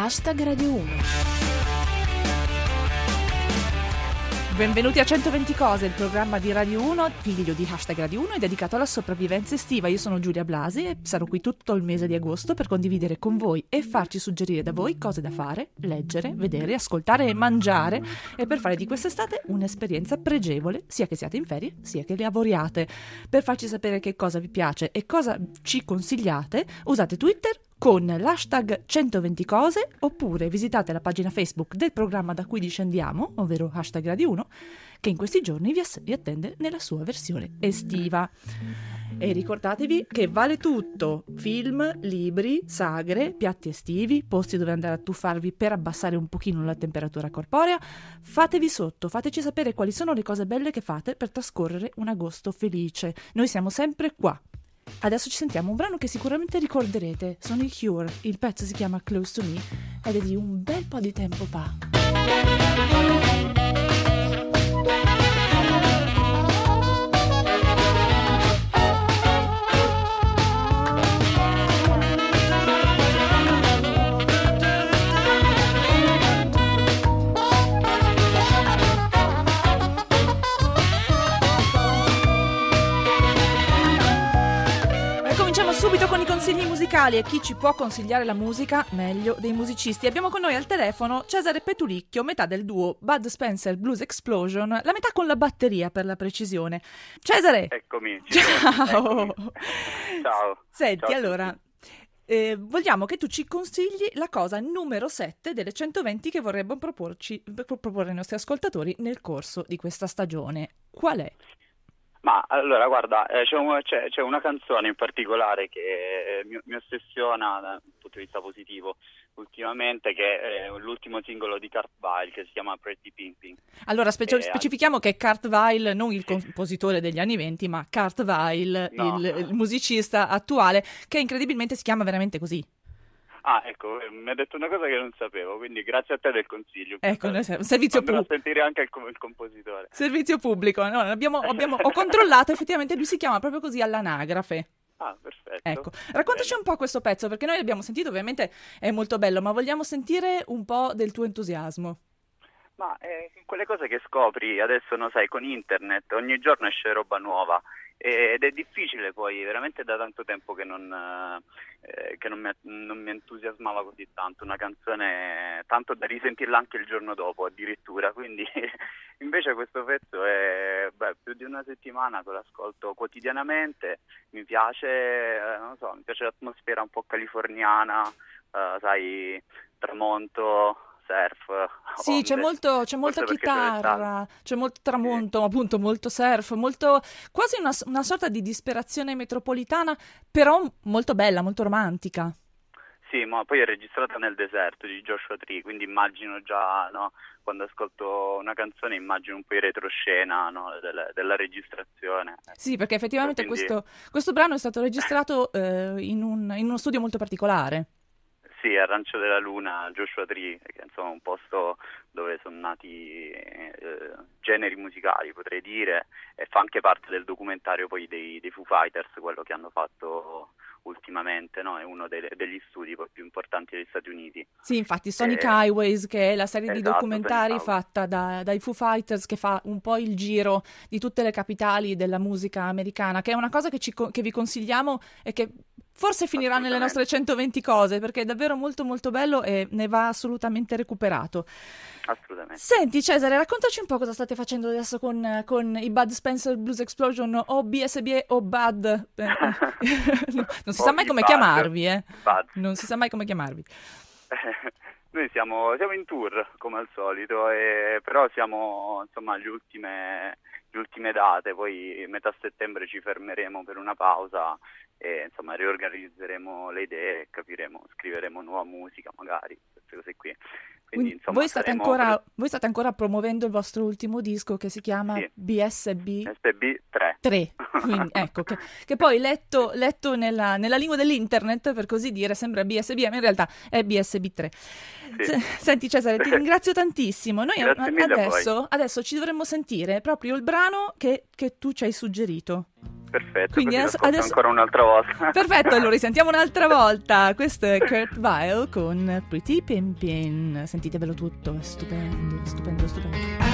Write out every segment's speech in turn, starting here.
Radio 1. Benvenuti a 120 cose, il programma di Radio 1, figlio di Radio 1 e dedicato alla sopravvivenza estiva. Io sono Giulia Blasi e sarò qui tutto il mese di agosto per condividere con voi e farci suggerire da voi cose da fare, leggere, vedere, ascoltare e mangiare, e per fare di quest'estate un'esperienza pregevole, sia che siate in ferie sia che lavoriate. Per farci sapere che cosa vi piace e cosa ci consigliate, usate Twitter con l'hashtag 120 cose, oppure visitate la pagina Facebook del programma da cui discendiamo, ovvero Radio 1, che in questi giorni vi attende nella sua versione estiva. E ricordatevi che vale tutto: film, libri, sagre, piatti estivi, posti dove andare a tuffarvi per abbassare un pochino la temperatura corporea. Fatevi sotto, fateci sapere quali sono le cose belle che fate per trascorrere un agosto felice. Noi siamo sempre qua. Adesso ci sentiamo un brano che sicuramente ricorderete. Sono i Cure, il pezzo si chiama Close to Me ed è di un bel po' di tempo fa. Subito con i consigli musicali, e chi ci può consigliare la musica meglio dei musicisti. Abbiamo con noi al telefono Cesare Petulicchio, metà del duo Bud Spencer Blues Explosion, la metà con la batteria per la precisione. Cesare! Eccomi. Ciao! Eccomi. Ciao! Senti, Ciao allora, vogliamo che tu ci consigli la cosa numero 7 delle 120 che vorremmo proporre ai nostri ascoltatori nel corso di questa stagione. Qual è? Ma allora, guarda, c'è una canzone in particolare che mi ossessiona dal punto di vista positivo ultimamente, che è l'ultimo singolo di Kurt Weill, che si chiama Pretty Pink Pink. Allora, specifichiamo che Kurt Weill, non il compositore degli anni 20, ma Kurt Weill, No. il musicista attuale, che incredibilmente si chiama veramente così. Ah, ecco, mi ha detto una cosa che non sapevo, quindi grazie a te del consiglio. Ecco, un servizio Andrò a pubblico. sentire anche il compositore. Servizio pubblico. No, ho controllato, effettivamente lui si chiama proprio così all'anagrafe. Ah, perfetto. Ecco, raccontaci un po' questo pezzo, perché noi l'abbiamo sentito, ovviamente è molto bello, ma vogliamo sentire un po' del tuo entusiasmo. Ma quelle cose che scopri adesso, no, sai, con internet, ogni giorno esce roba nuova. Ed è difficile poi, veramente da tanto tempo che non mi entusiasmava così tanto una canzone, tanto da risentirla anche il giorno dopo addirittura, quindi invece questo pezzo è più di una settimana che lo ascolto quotidianamente, mi piace, non so, mi piace l'atmosfera un po' californiana, sai, tramonto, surf. Sì, c'è molta chitarra, c'è molto tramonto, sì. Appunto molto surf, quasi una sorta di disperazione metropolitana, però molto bella, molto romantica. Sì, ma poi è registrata nel deserto di Joshua Tree, quindi immagino già, no, quando ascolto una canzone immagino un po' in retroscena, no, della registrazione. Sì, perché effettivamente quindi... questo brano è stato registrato in uno studio molto particolare. Sì, a Rancho della Luna, Joshua Tree, che è insomma un posto dove sono nati generi musicali, potrei dire, e fa anche parte del documentario poi dei Foo Fighters, quello che hanno fatto ultimamente, no? È uno degli studi poi più importanti degli Stati Uniti. Sì, infatti Sonic Highways, che è la serie di Esatto, documentari fatta dai Foo Fighters, che fa un po' il giro di tutte le capitali della musica americana, che è una cosa che vi consigliamo e che forse finirà nelle nostre 120 cose, perché è davvero molto molto bello e ne va assolutamente recuperato. Assolutamente. Senti Cesare, raccontaci un po' cosa state facendo adesso con i Bud Spencer Blues Explosion o BSB o Bud. Non si sa mai come chiamarvi, Bud. Non si sa mai come chiamarvi. Noi siamo in tour come al solito, però siamo insomma alle ultime date, poi metà settembre ci fermeremo per una pausa e insomma riorganizzeremo le idee, capiremo, scriveremo nuova musica magari, queste cose qui. Quindi, insomma, voi state ancora promuovendo il vostro ultimo disco che si chiama BSB 3. Quindi, ecco, che poi letto nella lingua dell'internet, per così dire, sembra BSB, ma in realtà è BSB 3. Sì. Senti Cesare, ti ringrazio tantissimo. Noi adesso ci dovremmo sentire proprio il brano che tu ci hai suggerito. perfetto, Quindi così lo ascolto ancora un'altra volta. Perfetto, lo risentiamo un'altra volta. Questo è Kurt Weill con Pretty Pimpin. Sentitevelo tutto, è stupendo, stupendo, stupendo.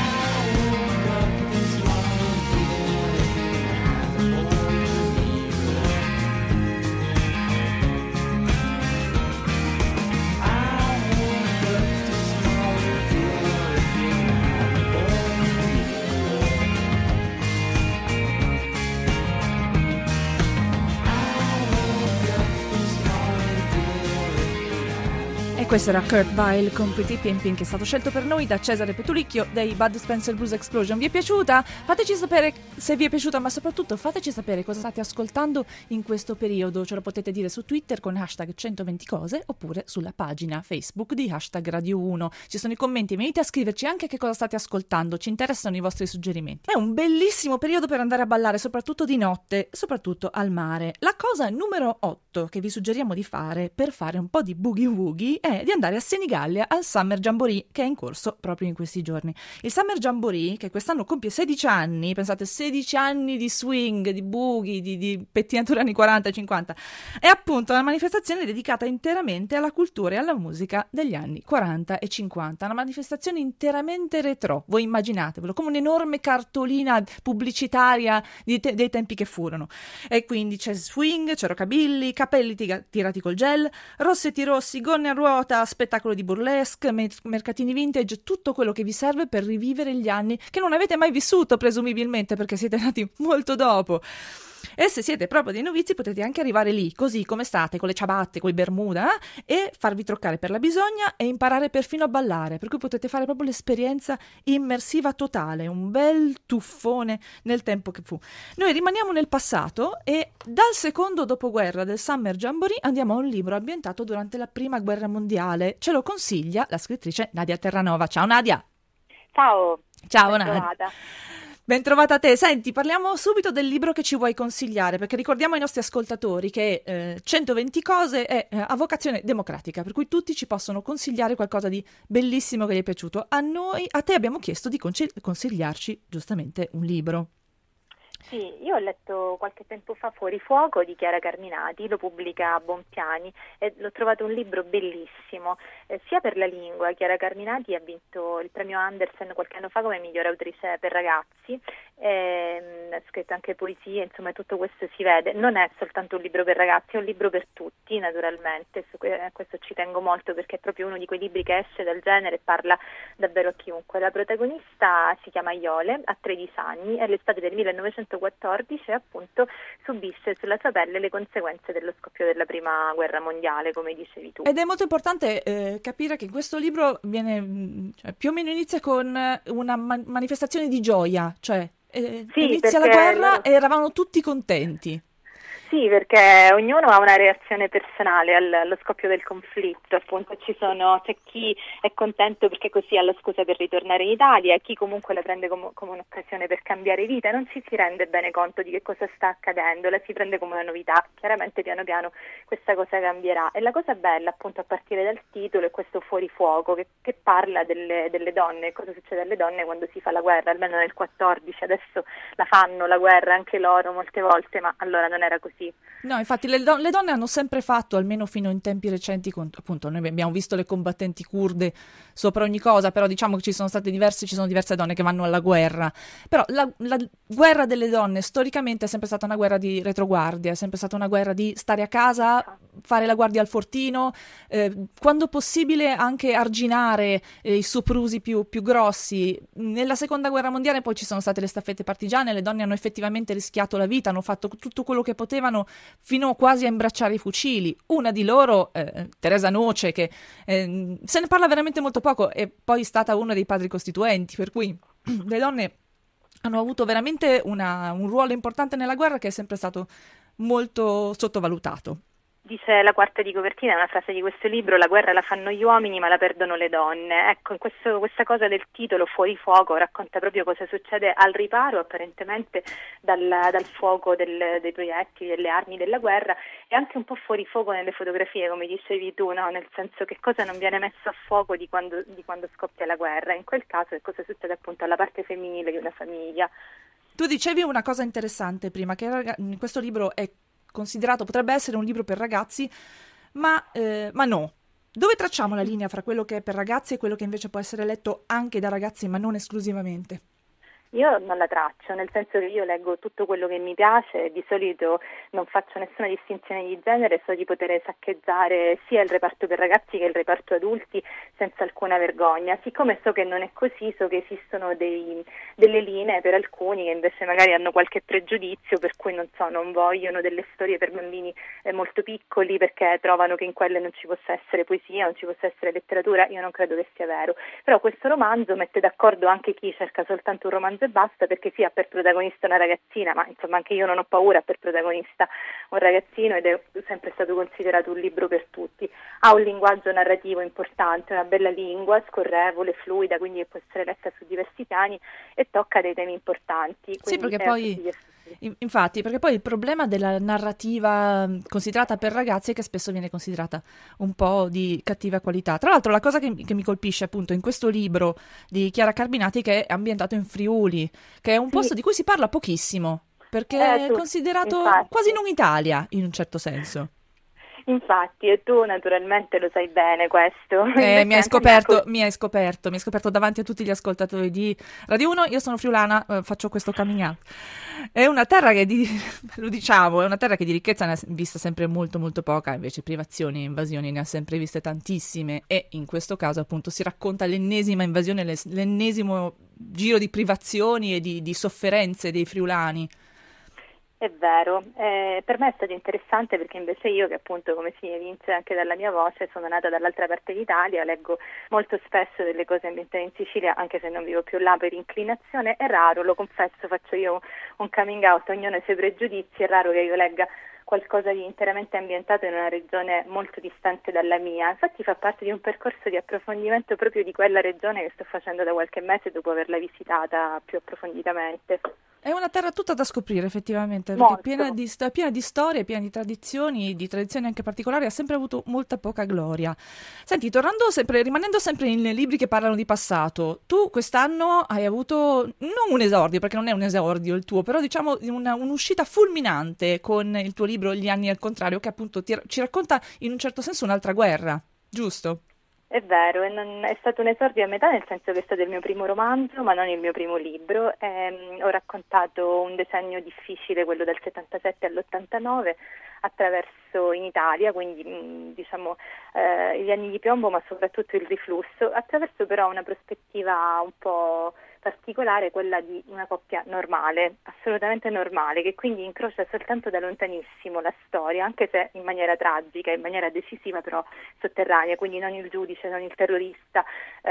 Questo era Kurt Weill con Pretty Pimpin, che è stato scelto per noi da Cesare Petulicchio dei Bud Spencer Blues Explosion. Vi è piaciuta? Fateci sapere se vi è piaciuta, ma soprattutto fateci sapere cosa state ascoltando in questo periodo. Ce lo potete dire su Twitter con hashtag 120 cose oppure sulla pagina Facebook di hashtag Radio 1. Ci sono i commenti, venite a scriverci anche che cosa state ascoltando, ci interessano i vostri suggerimenti. È un bellissimo periodo per andare a ballare, soprattutto di notte, soprattutto al mare. La cosa numero 8 che vi suggeriamo di fare per fare un po' di boogie woogie è di andare a Senigallia al Summer Jamboree, che è in corso proprio in questi giorni. Il Summer Jamboree, che quest'anno compie 16 anni, pensate 16 anni di swing, di boogie, di pettinature anni 40 e 50, è appunto una manifestazione dedicata interamente alla cultura e alla musica degli anni 40 e 50, una manifestazione interamente retro, voi immaginatevelo, come un'enorme cartolina pubblicitaria dei tempi che furono. E quindi c'è swing, c'è rockabilly, capelli tirati col gel, rossetti rossi, gonne a ruota, spettacolo di burlesque, mercatini vintage, tutto quello che vi serve per rivivere gli anni che non avete mai vissuto, presumibilmente, perché siete nati molto dopo. E se siete proprio dei novizi potete anche arrivare lì, così come state, con le ciabatte, con i bermuda, e farvi truccare per la bisogna e imparare perfino a ballare, per cui potete fare proprio l'esperienza immersiva totale, un bel tuffone nel tempo che fu. Noi rimaniamo nel passato e dal secondo dopoguerra del Summer Jamboree andiamo a un libro ambientato durante la Prima Guerra Mondiale. Ce lo consiglia la scrittrice Nadia Terranova. Ciao Nadia! Ciao! Ciao Nadia! Ben trovata a te. Senti, parliamo subito del libro che ci vuoi consigliare, perché ricordiamo ai nostri ascoltatori che 120 cose è a vocazione democratica, per cui tutti ci possono consigliare qualcosa di bellissimo che gli è piaciuto. A te abbiamo chiesto di consigliarci giustamente un libro. Sì, io ho letto qualche tempo fa Fuori Fuoco di Chiara Carminati, lo pubblica Bonpiani e l'ho trovato un libro bellissimo, sia per la lingua. Chiara Carminati ha vinto il premio Andersen qualche anno fa come migliore autrice per ragazzi, ha scritto anche poesie, insomma tutto questo si vede. Non è soltanto un libro per ragazzi, è un libro per tutti naturalmente, questo ci tengo molto perché è proprio uno di quei libri che esce dal genere e parla davvero a chiunque. La protagonista si chiama Iole, ha 13 anni, è l'estate del 1914 e appunto subisce sulla sua pelle le conseguenze dello scoppio della Prima Guerra Mondiale, come dicevi tu. Ed è molto importante capire che questo libro viene, cioè, più o meno inizia con una manifestazione di gioia, cioè inizia la guerra e eravamo tutti contenti. Sì, perché ognuno ha una reazione personale allo scoppio del conflitto, appunto c'è chi è contento perché così ha la scusa per ritornare in Italia e chi comunque la prende come un'occasione per cambiare vita, non ci si rende bene conto di che cosa sta accadendo, la si prende come una novità, chiaramente piano piano questa cosa cambierà. E la cosa bella appunto a partire dal titolo è questo Fuori Fuoco che parla delle donne, cosa succede alle donne quando si fa la guerra, almeno nel 14, adesso la fanno la guerra anche loro molte volte, ma allora non era così. No, infatti le donne hanno sempre fatto, almeno fino in tempi recenti, appunto noi abbiamo visto le combattenti kurde sopra ogni cosa, però diciamo che ci sono diverse donne che vanno alla guerra, però la guerra delle donne storicamente è sempre stata una guerra di retroguardia, è sempre stata una guerra di stare a casa, fare la guardia al fortino, quando possibile anche arginare i soprusi più grossi. Nella seconda guerra mondiale poi ci sono state le staffette partigiane, le donne hanno effettivamente rischiato la vita, hanno fatto tutto quello che potevano fino quasi a imbracciare i fucili. Una di loro, Teresa Noce, che se ne parla veramente molto poco, è poi stata uno dei padri costituenti, per cui le donne hanno avuto veramente un ruolo importante nella guerra che è sempre stato molto sottovalutato. Dice la quarta di copertina, è una frase di questo libro: la guerra la fanno gli uomini ma la perdono le donne. Ecco, questa cosa del titolo Fuori Fuoco racconta proprio cosa succede al riparo apparentemente dal fuoco dei proiettili, delle armi della guerra, e anche un po' fuori fuoco nelle fotografie, come dicevi tu, no? Nel senso che cosa non viene messo a fuoco di quando scoppia la guerra. In quel caso è cosa succede appunto alla parte femminile di una famiglia. Tu dicevi una cosa interessante prima, che questo libro è considerato, potrebbe essere un libro per ragazzi, ma no. Dove tracciamo la linea fra quello che è per ragazzi e quello che invece può essere letto anche da ragazzi, ma non esclusivamente? Io non la traccio, nel senso che io leggo tutto quello che mi piace e di solito non faccio nessuna distinzione di genere, so di poter saccheggiare sia il reparto per ragazzi che il reparto adulti senza alcuna vergogna. Siccome so che non è così, so che esistono delle linee per alcuni che invece magari hanno qualche pregiudizio, per cui non vogliono delle storie per bambini molto piccoli perché trovano che in quelle non ci possa essere poesia, non ci possa essere letteratura. Io non credo che sia vero, però questo romanzo mette d'accordo anche chi cerca soltanto un romanzo e basta, perché sì, ha per protagonista una ragazzina, ma insomma anche io non ho paura, per protagonista un ragazzino, ed è sempre stato considerato un libro per tutti. Ha un linguaggio narrativo importante, una bella lingua, scorrevole, fluida, quindi può essere letta su diversi piani e tocca dei temi importanti. Sì, perché poi infatti, perché poi il problema della narrativa considerata per ragazzi è che spesso viene considerata un po' di cattiva qualità. Tra l'altro la cosa che mi colpisce appunto in questo libro di Chiara Carminati, che è ambientato in Friuli, che è un posto di cui si parla pochissimo, perché è considerato quasi non Italia in un certo senso. Infatti, e tu naturalmente lo sai bene questo. Mi hai scoperto davanti a tutti gli ascoltatori di Radio 1. Io sono friulana, faccio questo coming out. È una terra che, lo diciamo, è una terra che di ricchezza ne ha vista sempre molto molto poca, invece privazioni e invasioni ne ha sempre viste tantissime, e in questo caso appunto si racconta l'ennesima invasione, l'ennesimo giro di privazioni e di sofferenze dei friulani. È vero, per me è stato interessante perché invece io, che appunto come si evince anche dalla mia voce, sono nata dall'altra parte d'Italia, leggo molto spesso delle cose ambientate in Sicilia, anche se non vivo più là per inclinazione. È raro, lo confesso, faccio io un coming out, ognuno ha i suoi pregiudizi, è raro che io legga qualcosa di interamente ambientato in una regione molto distante dalla mia. Infatti fa parte di un percorso di approfondimento proprio di quella regione che sto facendo da qualche mese dopo averla visitata più approfonditamente. È una terra tutta da scoprire effettivamente, perché è piena di storie, piena di tradizioni anche particolari, ha sempre avuto molta poca gloria. Senti, rimanendo sempre nei libri che parlano di passato, tu quest'anno hai avuto non un esordio, perché non è un esordio il tuo, però diciamo un'uscita fulminante con il tuo libro Gli anni al contrario, che appunto ci racconta in un certo senso un'altra guerra, giusto? È vero, è stato un esordio a metà, nel senso che è stato il mio primo romanzo, ma non il mio primo libro. Ho raccontato un decennio difficile, quello dal 77 all'89, attraverso in Italia, quindi diciamo gli anni di piombo, ma soprattutto il riflusso, attraverso però una prospettiva un po' particolare, quella di una coppia normale, assolutamente normale, che quindi incrocia soltanto da lontanissimo la storia, anche se in maniera tragica, in maniera decisiva, però sotterranea, quindi non il giudice, non il terrorista,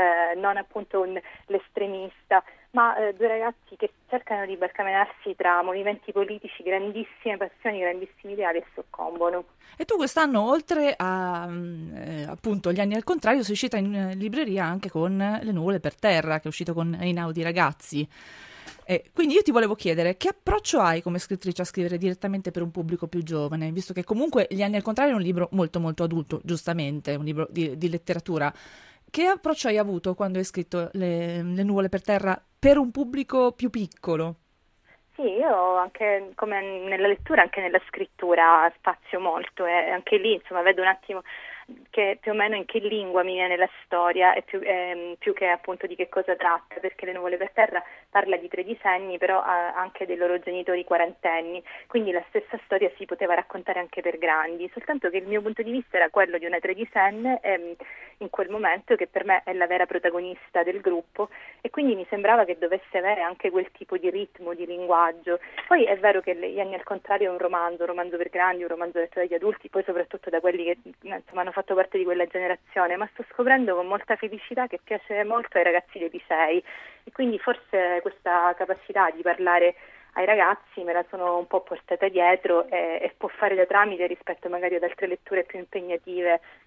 non appunto l'estremista, ma due ragazzi che cercano di barcamenarsi tra movimenti politici, grandissime passioni, grandissimi ideali, e soccombono. E tu quest'anno, oltre a appunto Gli anni al contrario, sei uscita in libreria anche con Le nuvole per terra, che è uscito con Einaudi Ragazzi. Quindi io ti volevo chiedere, che approccio hai come scrittrice a scrivere direttamente per un pubblico più giovane, visto che comunque Gli anni al contrario è un libro molto molto adulto, giustamente, un libro di letteratura. Che approccio hai avuto quando hai scritto Le nuvole per terra per un pubblico più piccolo? Sì, io anche come nella lettura, anche nella scrittura spazio molto, e anche lì insomma vedo un attimo che più o meno in che lingua mi viene la storia, e più che appunto di che cosa tratta, perché Le nuvole per terra parla di tredicenni, però anche dei loro genitori quarantenni, quindi la stessa storia si poteva raccontare anche per grandi, soltanto che il mio punto di vista era quello di una tredicenne in quel momento, che per me è la vera protagonista del gruppo, e quindi mi sembrava che dovesse avere anche quel tipo di ritmo, di linguaggio. Poi è vero che Gli anni al contrario è un romanzo per grandi, un romanzo letto dagli adulti, poi soprattutto da quelli che insomma hanno fatto parte di quella generazione, ma sto scoprendo con molta felicità che piace molto ai ragazzi dei licei, e quindi forse questa capacità di parlare ai ragazzi me la sono un po' portata dietro, e può fare da tramite rispetto magari ad altre letture più impegnative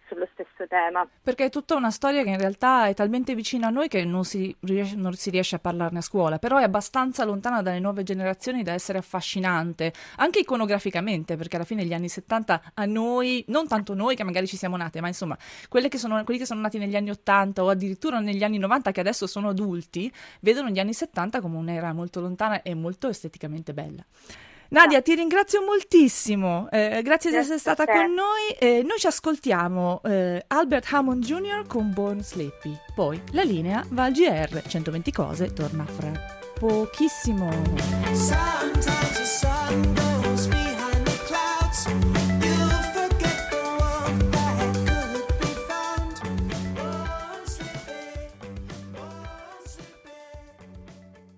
sullo stesso tema. Perché è tutta una storia che in realtà è talmente vicina a noi che non si riesce a parlarne a scuola, però è abbastanza lontana dalle nuove generazioni da essere affascinante, anche iconograficamente, perché alla fine gli anni 70 a noi, non tanto noi che magari ci siamo nate, ma insomma quelli che sono nati negli anni 80 o addirittura negli anni 90 che adesso sono adulti, vedono gli anni 70 come un'era molto lontana e molto esteticamente bella. Nadia, ti ringrazio moltissimo, grazie di essere stata con noi. Noi ci ascoltiamo Albert Hammond Jr. con Born Sleepy, poi la linea va al GR 120 cose, torna fra pochissimo.